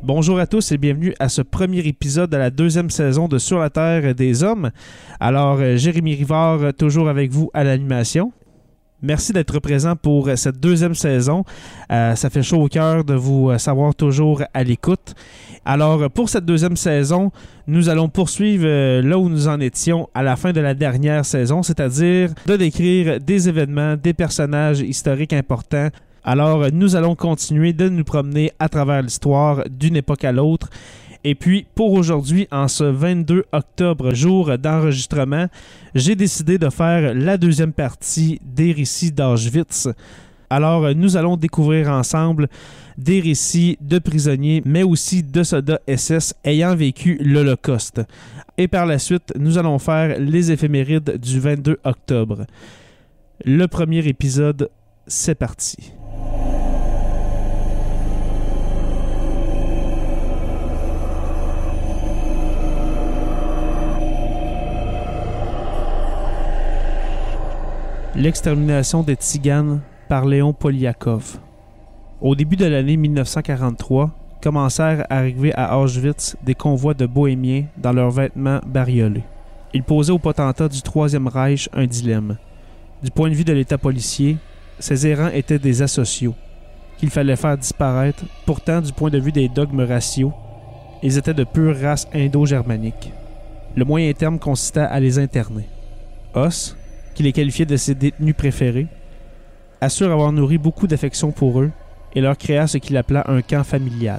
Bonjour à tous et bienvenue à ce premier épisode de la deuxième saison de Sur la Terre des Hommes. Alors, Jérémy Rivard, toujours avec vous à l'animation. Merci d'être présent pour cette deuxième saison. Ça fait chaud au cœur de vous savoir toujours à l'écoute. Alors, pour cette deuxième saison, nous allons poursuivre là où nous en étions à la fin de la dernière saison, c'est-à-dire de décrire des événements, des personnages historiques importants. Alors, nous allons continuer de nous promener à travers l'histoire d'une époque à l'autre. Et puis, pour aujourd'hui, en ce 22 octobre, jour d'enregistrement, j'ai décidé de faire la deuxième partie des récits d'Auschwitz. Alors, nous allons découvrir ensemble des récits de prisonniers, mais aussi de soldats SS ayant vécu l'Holocauste. Et par la suite, nous allons faire les éphémérides du 22 octobre. Le premier épisode, c'est parti. L'extermination des Tziganes par Léon Poliakov. Au début de l'année 1943, commencèrent à arriver à Auschwitz des convois de bohémiens dans leurs vêtements bariolés. Ils posaient au potentat du Troisième Reich un dilemme. Du point de vue de l'État policier, ces errants étaient des asociaux, qu'il fallait faire disparaître. Pourtant, du point de vue des dogmes raciaux, ils étaient de pure race indo-germanique. Le moyen terme consistait à les interner. Oss, qui les qualifiait de ses détenus préférés, assure avoir nourri beaucoup d'affection pour eux et leur créa ce qu'il appela un camp familial.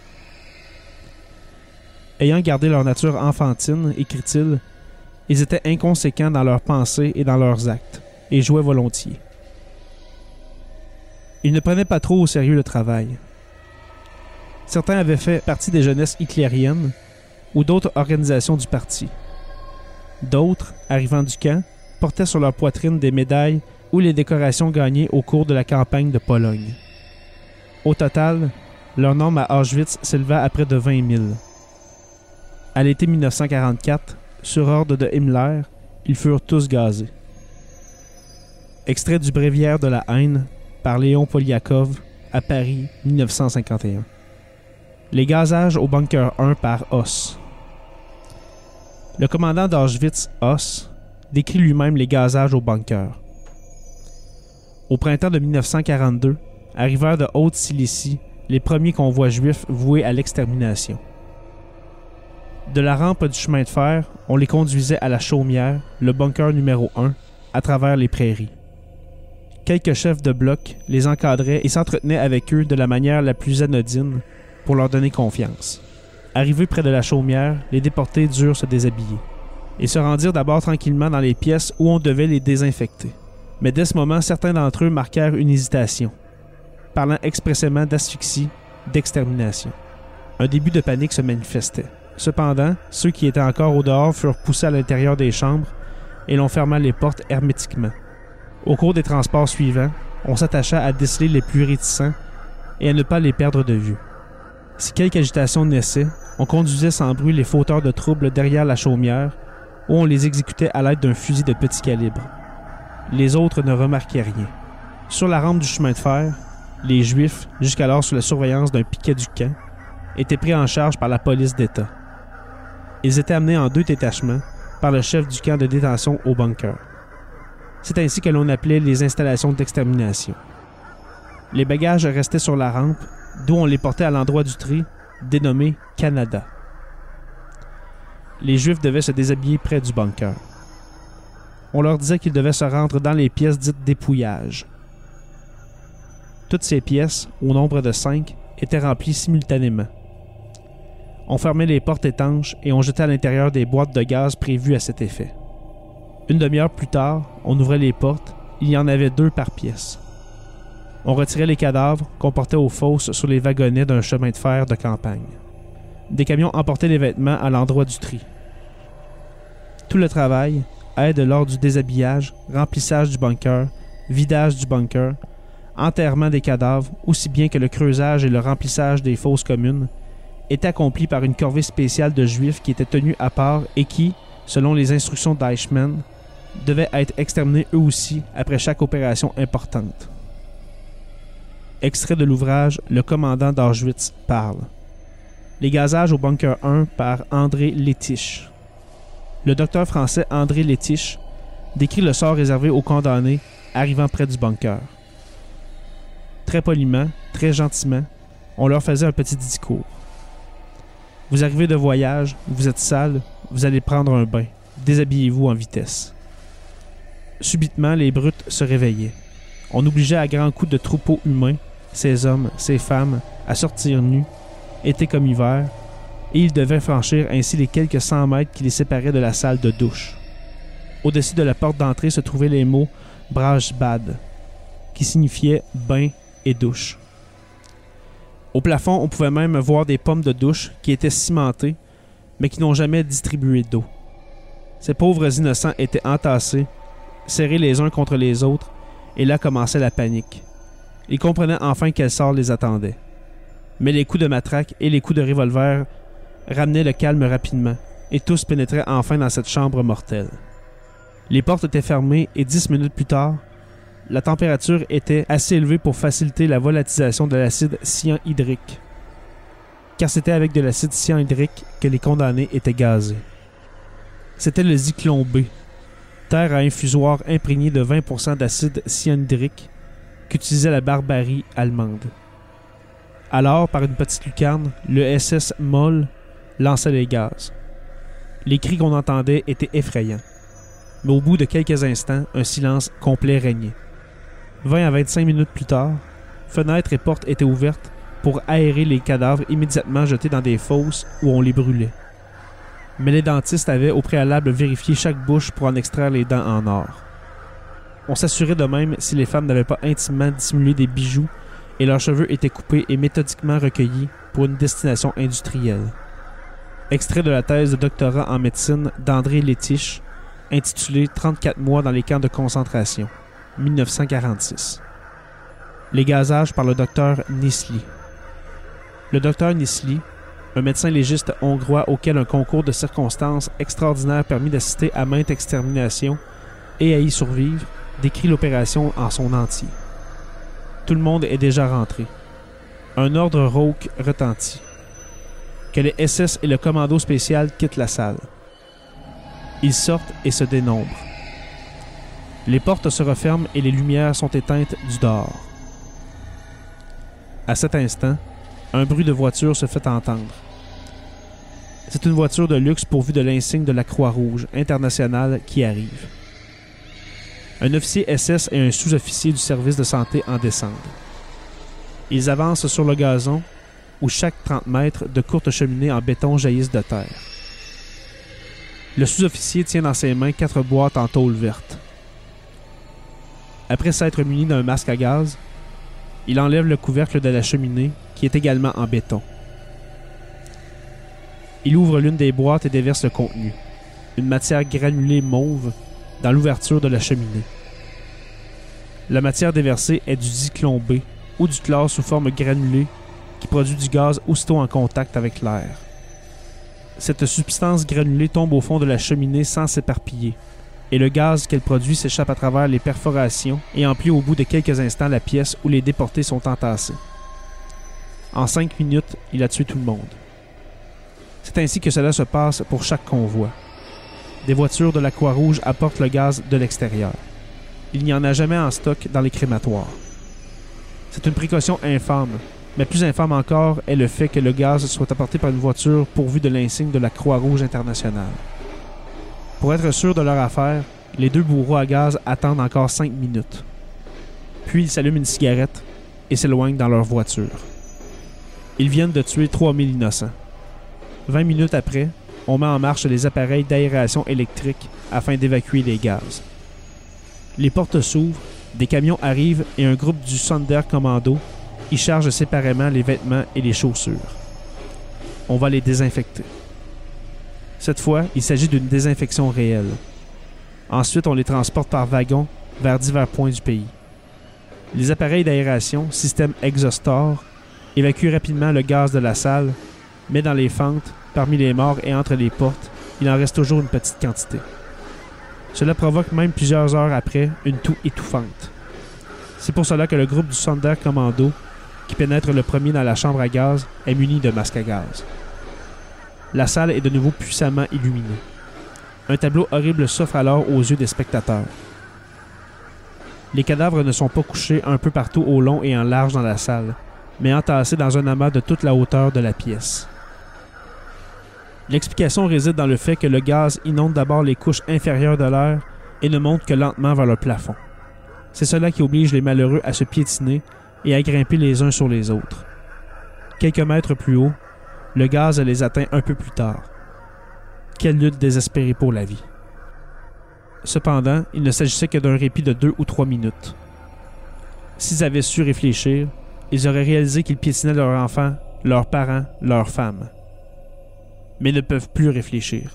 Ayant gardé leur nature enfantine, écrit-il, ils étaient inconséquents dans leurs pensées et dans leurs actes, et jouaient volontiers. Ils ne prenaient pas trop au sérieux le travail. Certains avaient fait partie des jeunesses hitlériennes ou d'autres organisations du parti. D'autres, arrivant du camp, portaient sur leur poitrine des médailles ou les décorations gagnées au cours de la campagne de Pologne. Au total, leur nombre à Auschwitz s'éleva à près de 20 000. À l'été 1944, sur ordre de Himmler, ils furent tous gazés. Extrait du Bréviaire de la haine par Léon Poliakov à Paris, 1951. Les gazages au bunker 1 par Oss. Le commandant d'Auschwitz, Oss, décrit lui-même les gazages au bunker. Au printemps de 1942, arrivèrent de Haute-Cilicie les premiers convois juifs voués à l'extermination. De la rampe du chemin de fer, on les conduisait à la chaumière, le bunker numéro 1, à travers les prairies. Quelques chefs de bloc les encadraient et s'entretenaient avec eux de la manière la plus anodine pour leur donner confiance. Arrivés près de la chaumière, les déportés durent se déshabiller. Ils se rendirent d'abord tranquillement dans les pièces où on devait les désinfecter. Mais dès ce moment, certains d'entre eux marquèrent une hésitation, parlant expressément d'asphyxie, d'extermination. Un début de panique se manifestait. Cependant, ceux qui étaient encore au dehors furent poussés à l'intérieur des chambres et l'on ferma les portes hermétiquement. Au cours des transports suivants, on s'attacha à déceler les plus réticents et à ne pas les perdre de vue. Si quelque agitation naissait, on conduisait sans bruit les fauteurs de troubles derrière la chaumière où on les exécutait à l'aide d'un fusil de petit calibre. Les autres ne remarquaient rien. Sur la rampe du chemin de fer, les Juifs, jusqu'alors sous la surveillance d'un piquet du camp, étaient pris en charge par la police d'État. Ils étaient amenés en 2 détachements par le chef du camp de détention au bunker. C'est ainsi que l'on appelait les installations d'extermination. Les bagages restaient sur la rampe, d'où on les portait à l'endroit du tri, dénommé Canada. Les Juifs devaient se déshabiller près du bunker. On leur disait qu'ils devaient se rendre dans les pièces dites dépouillage. Toutes ces pièces, au nombre de 5, étaient remplies simultanément. On fermait les portes étanches et on jetait à l'intérieur des boîtes de gaz prévues à cet effet. Une demi-heure plus tard, on ouvrait les portes, il y en avait 2 par pièce. On retirait les cadavres qu'on portait aux fosses sur les wagonnets d'un chemin de fer de campagne. Des camions emportaient les vêtements à l'endroit du tri. Tout le travail, aide lors du déshabillage, remplissage du bunker, vidage du bunker, enterrement des cadavres, aussi bien que le creusage et le remplissage des fosses communes, est accompli par une corvée spéciale de Juifs qui étaient tenus à part et qui, selon les instructions d'Eichmann, devaient être exterminés eux aussi après chaque opération importante. Extrait de l'ouvrage « Le commandant d'Auschwitz parle ». Les gazages au bunker 1 par André Lettiche. Le docteur français André Lettiche décrit le sort réservé aux condamnés arrivant près du bunker. Très poliment, très gentiment, on leur faisait un petit discours. Vous arrivez de voyage, vous êtes sale, vous allez prendre un bain. Déshabillez-vous en vitesse. Subitement, les brutes se réveillaient. On obligeait à grands coups de troupeaux humains, ces hommes, ces femmes, à sortir nus, été comme hiver, et ils devaient franchir ainsi les quelques 100 mètres qui les séparaient de la salle de douche. Au-dessus de la porte d'entrée se trouvaient les mots « Brajbad », qui signifiaient « bain et douche ». Au plafond, on pouvait même voir des pommes de douche qui étaient cimentées, mais qui n'ont jamais distribué d'eau. Ces pauvres innocents étaient entassés, serrés les uns contre les autres, et là commençait la panique. Ils comprenaient enfin quel sort les attendait. Mais les coups de matraque et les coups de revolver ramenaient le calme rapidement, et tous pénétraient enfin dans cette chambre mortelle. Les portes étaient fermées et 10 minutes plus tard, la température était assez élevée pour faciliter la volatilisation de l'acide cyanhydrique. Car c'était avec de l'acide cyanhydrique que les condamnés étaient gazés. C'était le Zyklon B, terre à infusoire imprégnée de 20% d'acide cyanhydrique qu'utilisait la barbarie allemande. Alors, par une petite lucarne, le SS Moll lançait les gaz. Les cris qu'on entendait étaient effrayants. Mais au bout de quelques instants, un silence complet régnait. 20 à 25 minutes plus tard, fenêtres et portes étaient ouvertes pour aérer les cadavres immédiatement jetés dans des fosses où on les brûlait. Mais les dentistes avaient au préalable vérifié chaque bouche pour en extraire les dents en or. On s'assurait de même si les femmes n'avaient pas intimement dissimulé des bijoux et leurs cheveux étaient coupés et méthodiquement recueillis pour une destination industrielle. Extrait de la thèse de doctorat en médecine d'André Lettiche, intitulée « 34 mois dans les camps de concentration », 1946. Les gazages par le docteur Nisli. Le docteur Nisli, un médecin légiste hongrois auquel un concours de circonstances extraordinaires permit d'assister à maintes exterminations et à y survivre, décrit l'opération en son entier. Tout le monde est déjà rentré. Un ordre rauque retentit. Que les SS et le commando spécial quittent la salle. Ils sortent et se dénombrent. Les portes se referment et les lumières sont éteintes du dehors. À cet instant, un bruit de voiture se fait entendre. C'est une voiture de luxe pourvue de l'insigne de la Croix-Rouge internationale qui arrive. Un officier SS et un sous-officier du service de santé en descendent. Ils avancent sur le gazon où chaque 30 mètres de courtes cheminées en béton jaillissent de terre. Le sous-officier tient dans ses mains 4 boîtes en tôle verte. Après s'être muni d'un masque à gaz, il enlève le couvercle de la cheminée qui est également en béton. Il ouvre l'une des boîtes et déverse le contenu, une matière granulée mauve, dans l'ouverture de la cheminée. La matière déversée est du Zyklon B ou du chlore sous forme granulée qui produit du gaz aussitôt en contact avec l'air. Cette substance granulée tombe au fond de la cheminée sans s'éparpiller, et le gaz qu'elle produit s'échappe à travers les perforations et emplit au bout de quelques instants la pièce où les déportés sont entassés. En 5 minutes, il a tué tout le monde. C'est ainsi que cela se passe pour chaque convoi. Des voitures de la Croix-Rouge apportent le gaz de l'extérieur. Il n'y en a jamais en stock dans les crématoires. C'est une précaution infâme, mais plus infâme encore est le fait que le gaz soit apporté par une voiture pourvue de l'insigne de la Croix-Rouge internationale. Pour être sûr de leur affaire, les 2 bourreaux à gaz attendent encore 5 minutes. Puis ils s'allument une cigarette et s'éloignent dans leur voiture. Ils viennent de tuer 3000 innocents. 20 minutes après, on met en marche les appareils d'aération électrique afin d'évacuer les gaz. Les portes s'ouvrent, des camions arrivent et un groupe du Sonderkommando y charge séparément les vêtements et les chaussures. On va les désinfecter. Cette fois, il s'agit d'une désinfection réelle. Ensuite, on les transporte par wagon vers divers points du pays. Les appareils d'aération, système Exhaustor, évacuent rapidement le gaz de la salle, mais dans les fentes, parmi les morts et entre les portes, il en reste toujours une petite quantité. Cela provoque même plusieurs heures après une toux étouffante. C'est pour cela que le groupe du Sonderkommando, qui pénètre le premier dans la chambre à gaz, est muni de masques à gaz. La salle est de nouveau puissamment illuminée. Un tableau horrible s'offre alors aux yeux des spectateurs. Les cadavres ne sont pas couchés un peu partout au long et en large dans la salle, mais entassés dans un amas de toute la hauteur de la pièce. L'explication réside dans le fait que le gaz inonde d'abord les couches inférieures de l'air et ne monte que lentement vers le plafond. C'est cela qui oblige les malheureux à se piétiner et à grimper les uns sur les autres. Quelques mètres plus haut, le gaz les atteint un peu plus tard. Quelle lutte désespérée pour la vie. Cependant, il ne s'agissait que d'un répit de 2 ou 3 minutes. S'ils avaient su réfléchir, ils auraient réalisé qu'ils piétinaient leurs enfants, leurs parents, leurs femmes. Mais ils ne peuvent plus réfléchir.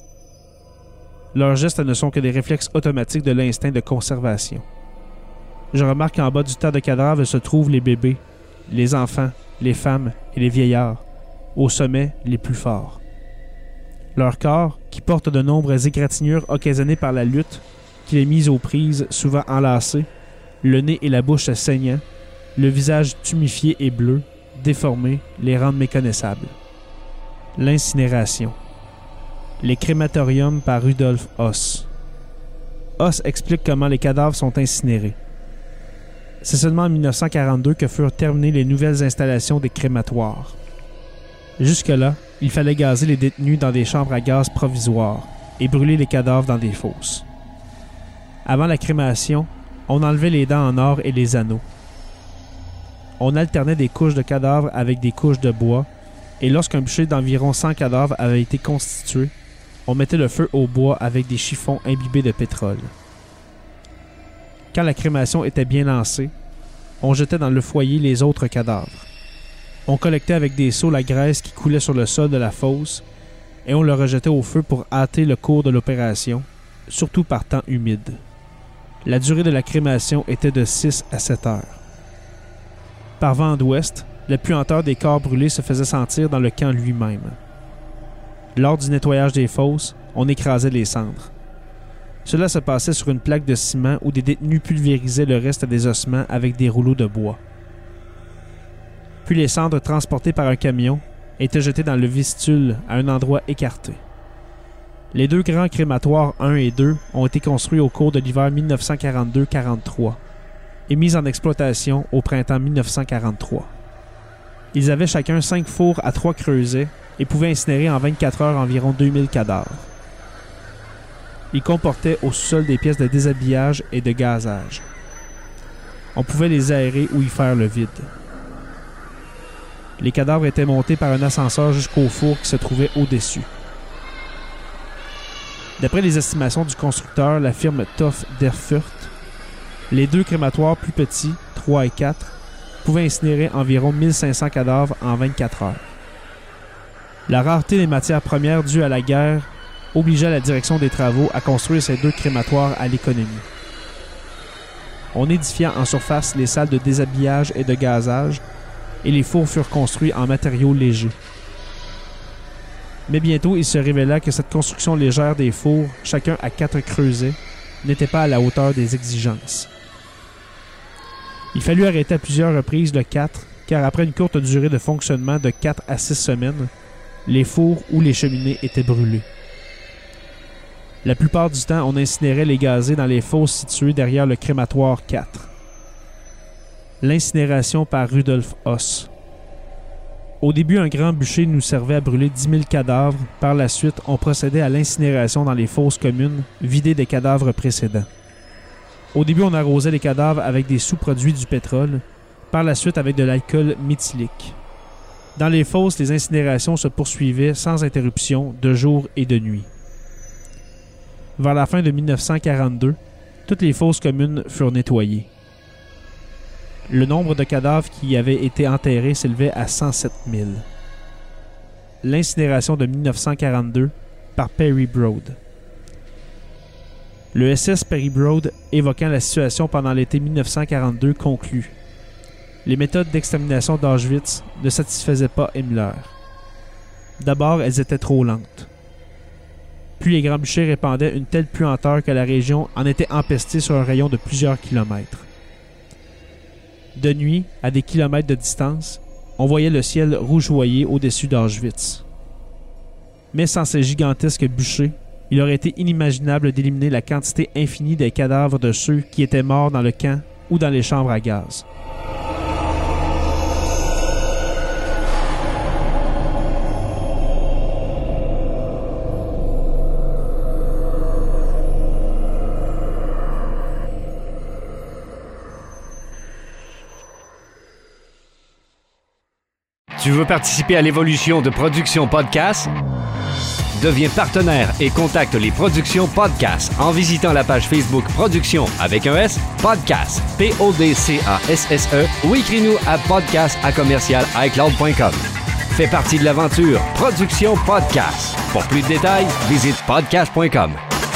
Leurs gestes ne sont que des réflexes automatiques de l'instinct de conservation. Je remarque qu'en bas du tas de cadavres se trouvent les bébés, les enfants, les femmes et les vieillards, au sommet les plus forts. Leur corps, qui porte de nombreuses égratignures occasionnées par la lutte, qui les mise aux prises, souvent enlacés, le nez et la bouche saignants, le visage tuméfié et bleu, déformé, les rendent méconnaissables. L'incinération. Les crématoriums par Rudolf Höss. Höss explique comment les cadavres sont incinérés. C'est seulement en 1942 que furent terminées les nouvelles installations des crématoires. Jusque-là, il fallait gazer les détenus dans des chambres à gaz provisoires et brûler les cadavres dans des fosses. Avant la crémation, on enlevait les dents en or et les anneaux. On alternait des couches de cadavres avec des couches de bois, et lorsqu'un bûcher d'environ 100 cadavres avait été constitué, on mettait le feu au bois avec des chiffons imbibés de pétrole. Quand la crémation était bien lancée, on jetait dans le foyer les autres cadavres. On collectait avec des seaux la graisse qui coulait sur le sol de la fosse et on le rejetait au feu pour hâter le cours de l'opération, surtout par temps humide. La durée de la crémation était de 6 à 7 heures. Par vent d'ouest, la puanteur des corps brûlés se faisait sentir dans le camp lui-même. Lors du nettoyage des fosses, on écrasait les cendres. Cela se passait sur une plaque de ciment où des détenus pulvérisaient le reste des ossements avec des rouleaux de bois. Puis les cendres transportées par un camion étaient jetées dans le vestibule à un endroit écarté. Les 2 grands crématoires 1 et 2 ont été construits au cours de l'hiver 1942-43 et mis en exploitation au printemps 1943. Ils avaient chacun 5 fours à 3 creusets et pouvaient incinérer en 24 heures environ 2000 cadavres. Ils comportaient au sous-sol des pièces de déshabillage et de gazage. On pouvait les aérer ou y faire le vide. Les cadavres étaient montés par un ascenseur jusqu'au four qui se trouvait au-dessus. D'après les estimations du constructeur, la firme Toff Derfurt, les 2 crématoires plus petits, 3 et 4, pouvaient incinérer environ 1500 cadavres en 24 heures. La rareté des matières premières due à la guerre obligea la direction des travaux à construire ces 2 crématoires à l'économie. On édifia en surface les salles de déshabillage et de gazage, et les fours furent construits en matériaux légers. Mais bientôt, il se révéla que cette construction légère des fours, chacun à 4 creusets, n'était pas à la hauteur des exigences. Il fallut arrêter à plusieurs reprises le 4, car après une courte durée de fonctionnement de 4 à 6 semaines, les fours ou les cheminées étaient brûlés. La plupart du temps, on incinérait les gazés dans les fosses situées derrière le crématoire 4. L'incinération par Rudolf Höss. Au début, un grand bûcher nous servait à brûler 10 000 cadavres. Par la suite, on procédait à l'incinération dans les fosses communes, vidées des cadavres précédents. Au début, on arrosait les cadavres avec des sous-produits du pétrole, par la suite avec de l'alcool méthylique. Dans les fosses, les incinérations se poursuivaient sans interruption, de jour et de nuit. Vers la fin de 1942, toutes les fosses communes furent nettoyées. Le nombre de cadavres qui y avaient été enterrés s'élevait à 107 000. L'incinération de 1942 par Perry Broad. Le SS Perry Broad, évoquant la situation pendant l'été 1942, conclut: les méthodes d'extermination d'Auschwitz ne satisfaisaient pas Himmler. D'abord, elles étaient trop lentes. Puis les grands bûchers répandaient une telle puanteur que la région en était empestée sur un rayon de plusieurs kilomètres. De nuit, à des kilomètres de distance, on voyait le ciel rougeoyer au-dessus d'Auschwitz. Mais sans ces gigantesques bûchers, il aurait été inimaginable d'éliminer la quantité infinie des cadavres de ceux qui étaient morts dans le camp ou dans les chambres à gaz. Tu veux participer à l'évolution de Production Podcast? Deviens partenaire et contacte les Productions Podcast en visitant la page Facebook Production avec un S, Podcast, P-O-D-C-A-S-S-E ou écris-nous à podcast@icloud.com. Fais partie de l'aventure Production Podcast. Pour plus de détails, visite podcast.com.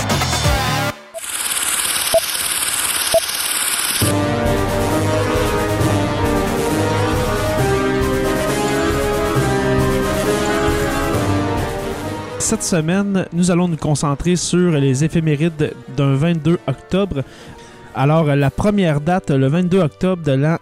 Cette semaine, nous allons nous concentrer sur les éphémérides d'un 22 octobre. Alors, la première date, le 22 octobre de l'an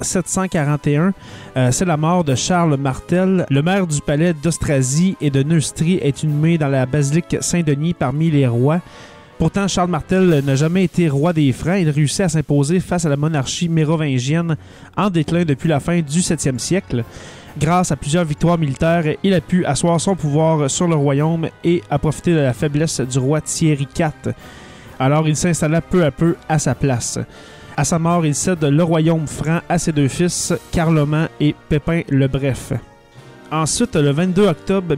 741, c'est la mort de Charles Martel. Le maire du palais d'Austrasie et de Neustrie est inhumé dans la basilique Saint-Denis parmi les rois. Pourtant, Charles Martel n'a jamais été roi des Francs. Il réussit à s'imposer face à la monarchie mérovingienne en déclin depuis la fin du 7e siècle. Grâce à plusieurs victoires militaires, il a pu asseoir son pouvoir sur le royaume et a profité de la faiblesse du roi Thierry IV. Alors il s'installa peu à peu à sa place. À sa mort, il cède le royaume franc à ses deux fils, Carloman et Pépin le Bref. Ensuite, le 22 octobre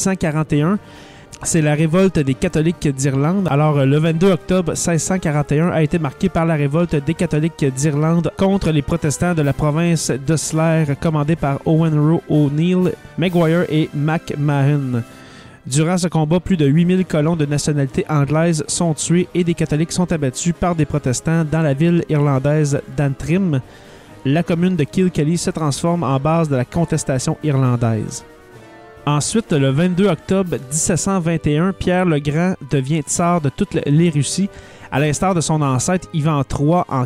1641, c'est la révolte des catholiques d'Irlande. Alors, le 22 octobre 1641 a été marqué par la révolte des catholiques d'Irlande contre les protestants de la province d'Ulster, commandés par Owen Roe O'Neill, Maguire et McMahon. Durant ce combat, plus de 8000 colons de nationalité anglaise sont tués et des catholiques sont abattus par des protestants dans la ville irlandaise d'Antrim. La commune de Kilkelly se transforme en base de la contestation irlandaise. Ensuite, le 22 octobre 1721, Pierre le Grand devient tsar de toute les Russies. À l'instar de son ancêtre Ivan III en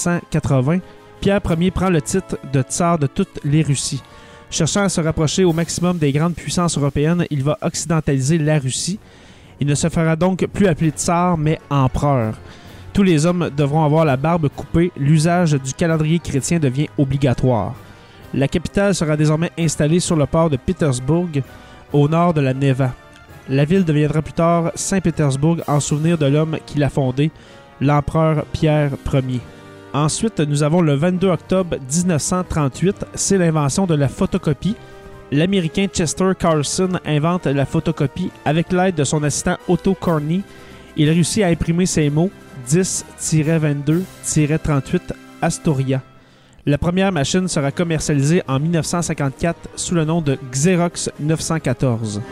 1480, Pierre Ier prend le titre de tsar de toutes les Russies. Cherchant à se rapprocher au maximum des grandes puissances européennes, il va occidentaliser la Russie. Il ne se fera donc plus appeler tsar, mais empereur. Tous les hommes devront avoir la barbe coupée. L'usage du calendrier chrétien devient obligatoire. La capitale sera désormais installée sur le port de Pétersbourg, au nord de la Neva. La ville deviendra plus tard Saint-Pétersbourg en souvenir de l'homme qui l'a fondée, l'empereur Pierre Ier. Ensuite, nous avons le 22 octobre 1938, c'est l'invention de la photocopie. L'Américain Chester Carlson invente la photocopie avec l'aide de son assistant Otto Corney. Il réussit à imprimer ces mots 10-22-38 Astoria. La première machine sera commercialisée en 1954 sous le nom de Xerox 914.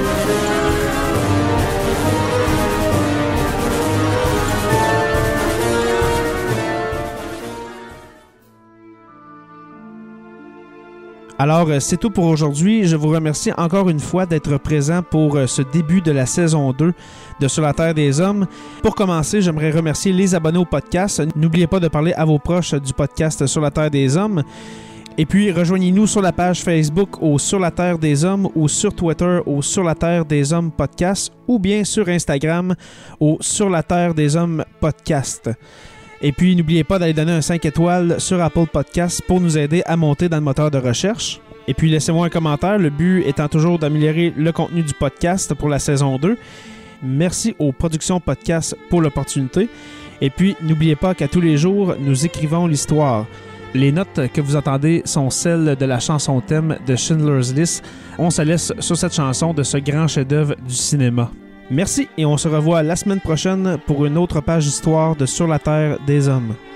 Alors, c'est tout pour aujourd'hui. Je vous remercie encore une fois d'être présent pour ce début de la saison 2 de Sur la Terre des Hommes. Pour commencer, j'aimerais remercier les abonnés au podcast. N'oubliez pas de parler à vos proches du podcast Sur la Terre des Hommes. Et puis, rejoignez-nous sur la page Facebook au Sur la Terre des Hommes ou sur Twitter au Sur la Terre des Hommes podcast ou bien sur Instagram au Sur la Terre des Hommes podcast. Et puis, n'oubliez pas d'aller donner un 5 étoiles sur Apple Podcasts pour nous aider à monter dans le moteur de recherche. Et puis, laissez-moi un commentaire, le but étant toujours d'améliorer le contenu du podcast pour la saison 2. Merci aux Productions Podcast pour l'opportunité. Et puis, n'oubliez pas qu'à tous les jours, nous écrivons l'histoire. Les notes que vous entendez sont celles de la chanson thème de Schindler's List. On se laisse sur cette chanson de ce grand chef-d'œuvre du cinéma. Merci et on se revoit la semaine prochaine pour une autre page d'histoire de Sur la Terre des Hommes.